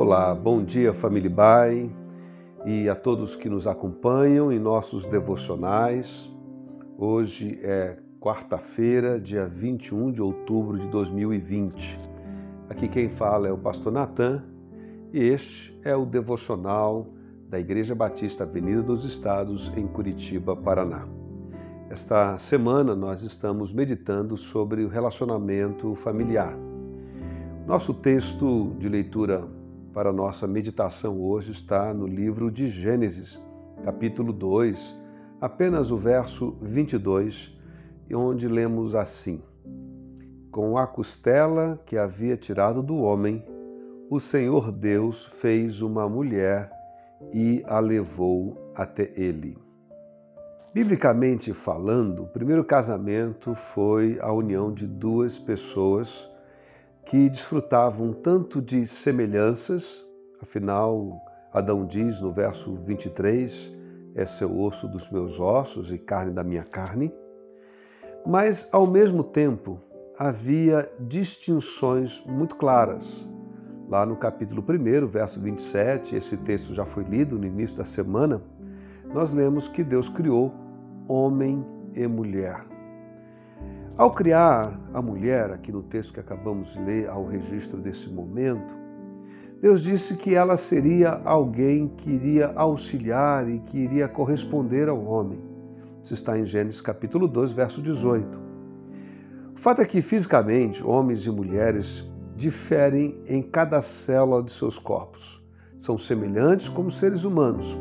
Olá, bom dia família Bai e a todos que nos acompanham em nossos devocionais. Hoje é quarta-feira, dia 21 de outubro de 2020. Aqui quem fala é o pastor Natan e este é o devocional da Igreja Batista Avenida dos Estados em Curitiba, Paraná. Esta semana nós estamos meditando sobre o relacionamento familiar. Nosso texto de leitura para a nossa meditação hoje está no livro de Gênesis, capítulo 2, apenas o verso 22, onde lemos assim: Com a costela que havia tirado do homem, o Senhor Deus fez uma mulher e a levou até ele. Biblicamente falando, o primeiro casamento foi a união de duas pessoas que desfrutavam tanto de semelhanças, afinal, Adão diz no verso 23, é seu osso dos meus ossos e carne da minha carne, mas ao mesmo tempo havia distinções muito claras. Lá no capítulo 1, verso 27, esse texto já foi lido no início da semana, nós lemos que Deus criou homem e mulher. Ao criar a mulher, aqui no texto que acabamos de ler, ao registro desse momento, Deus disse que ela seria alguém que iria auxiliar e que iria corresponder ao homem. Isso está em Gênesis capítulo 2, verso 18. O fato é que, fisicamente, homens e mulheres diferem em cada célula de seus corpos. São semelhantes como seres humanos,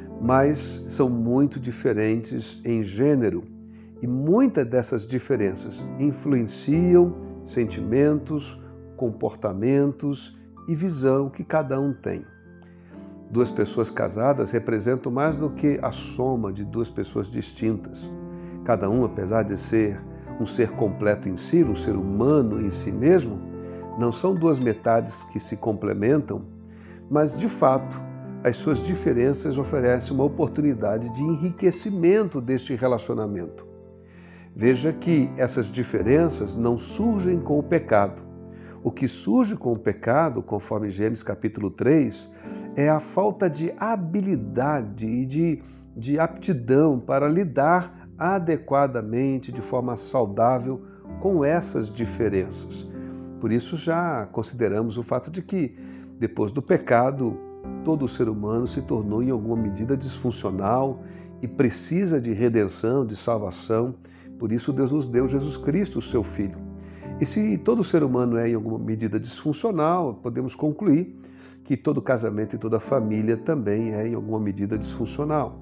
mas são muito diferentes em gênero. E muitas dessas diferenças influenciam sentimentos, comportamentos e visão que cada um tem. Duas pessoas casadas representam mais do que a soma de duas pessoas distintas. Cada um, apesar de ser um ser completo em si, um ser humano em si mesmo, não são duas metades que se complementam, mas, de fato, as suas diferenças oferecem uma oportunidade de enriquecimento deste relacionamento. Veja que essas diferenças não surgem com o pecado. O que surge com o pecado, conforme Gênesis capítulo 3, é a falta de habilidade e de aptidão para lidar adequadamente, de forma saudável, com essas diferenças. Por isso já consideramos o fato de que, depois do pecado, todo ser humano se tornou em alguma medida disfuncional e precisa de redenção, de salvação. Por isso Deus nos deu Jesus Cristo, o seu Filho. E se todo ser humano é em alguma medida disfuncional, podemos concluir que todo casamento e toda família também é em alguma medida disfuncional.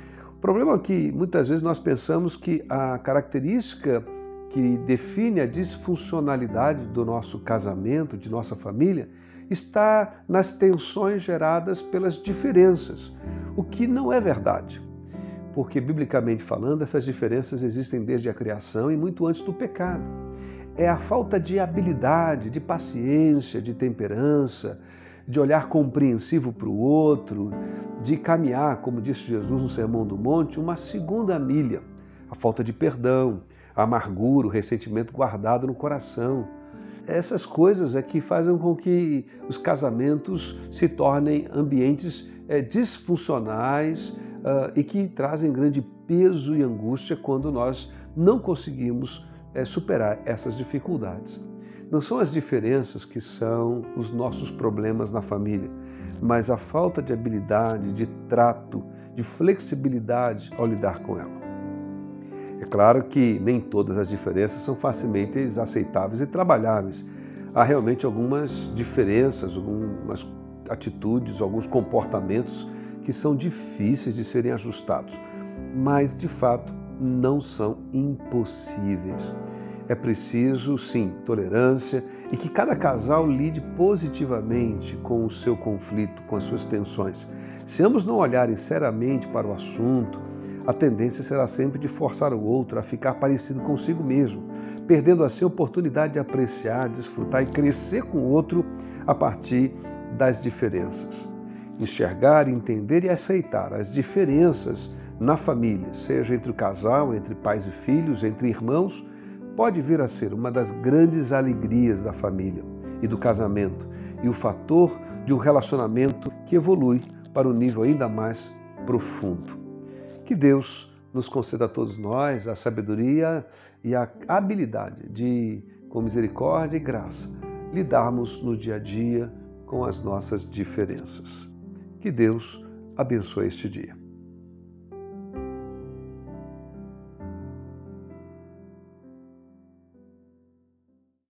O problema é que muitas vezes nós pensamos que a característica que define a disfuncionalidade do nosso casamento, de nossa família, está nas tensões geradas pelas diferenças, o que não é verdade. Porque, biblicamente falando, essas diferenças existem desde a criação e muito antes do pecado. É a falta de habilidade, de paciência, de temperança, de olhar compreensivo para o outro, de caminhar, como disse Jesus no Sermão do Monte, uma segunda milha. A falta de perdão, a amargura, o ressentimento guardado no coração. Essas coisas é que fazem com que os casamentos se tornem ambientes disfuncionais, e que trazem grande peso e angústia quando nós não conseguimos superar essas dificuldades. Não são as diferenças que são os nossos problemas na família, mas a falta de habilidade, de trato, de flexibilidade ao lidar com ela. É claro que nem todas as diferenças são facilmente aceitáveis e trabalháveis. Há realmente algumas diferenças, algumas atitudes, alguns comportamentos que são difíceis de serem ajustados, mas de fato não são impossíveis. É preciso, sim, tolerância e que cada casal lide positivamente com o seu conflito, com as suas tensões. Se ambos não olharem seriamente para o assunto, a tendência será sempre de forçar o outro a ficar parecido consigo mesmo, perdendo assim a oportunidade de apreciar, desfrutar e crescer com o outro a partir das diferenças. Enxergar, entender e aceitar as diferenças na família, seja entre o casal, entre pais e filhos, entre irmãos, pode vir a ser uma das grandes alegrias da família e do casamento e o fator de um relacionamento que evolui para um nível ainda mais profundo. Que Deus nos conceda a todos nós a sabedoria e a habilidade de, com misericórdia e graça, lidarmos no dia a dia com as nossas diferenças. Que Deus abençoe este dia.